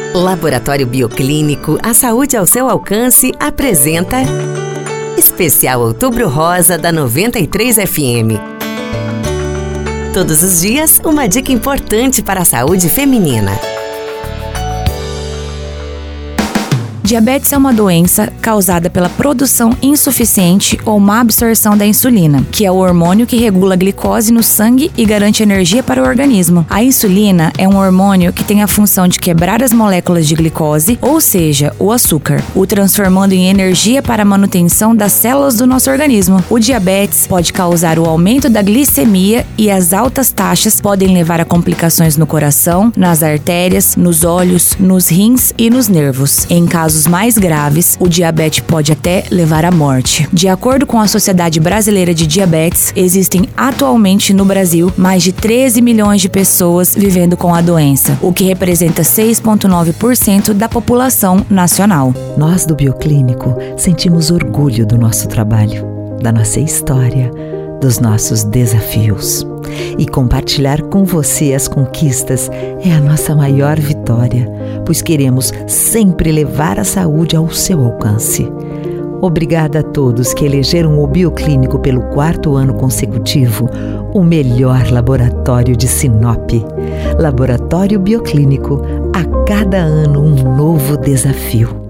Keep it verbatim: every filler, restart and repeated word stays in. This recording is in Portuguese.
Laboratório Bioclínico, a saúde ao seu alcance, apresenta Especial Outubro Rosa da noventa e três F M. Todos os dias, uma dica importante para a saúde feminina. Diabetes é uma doença causada pela produção insuficiente ou má absorção da insulina, que é o hormônio que regula a glicose no sangue e garante energia para o organismo. A insulina é um hormônio que tem a função de quebrar as moléculas de glicose, ou seja, o açúcar, o transformando em energia para a manutenção das células do nosso organismo. O diabetes pode causar o aumento da glicemia e as altas taxas podem levar a complicações no coração, nas artérias, nos olhos, nos rins e nos nervos. Em casos mais graves, o diabetes pode até levar à morte. De acordo com a Sociedade Brasileira de Diabetes, existem atualmente no Brasil mais de treze milhões de pessoas vivendo com a doença, o que representa seis vírgula nove por cento da população nacional. Nós do Bioclínico sentimos orgulho do nosso trabalho, da nossa história, dos nossos desafios. E compartilhar com você as conquistas é a nossa maior vitória, pois queremos sempre levar a saúde ao seu alcance. Obrigada a todos que elegeram o Bioclínico pelo quarto ano consecutivo o melhor laboratório de Sinop. Laboratório Bioclínico, a cada ano um novo desafio.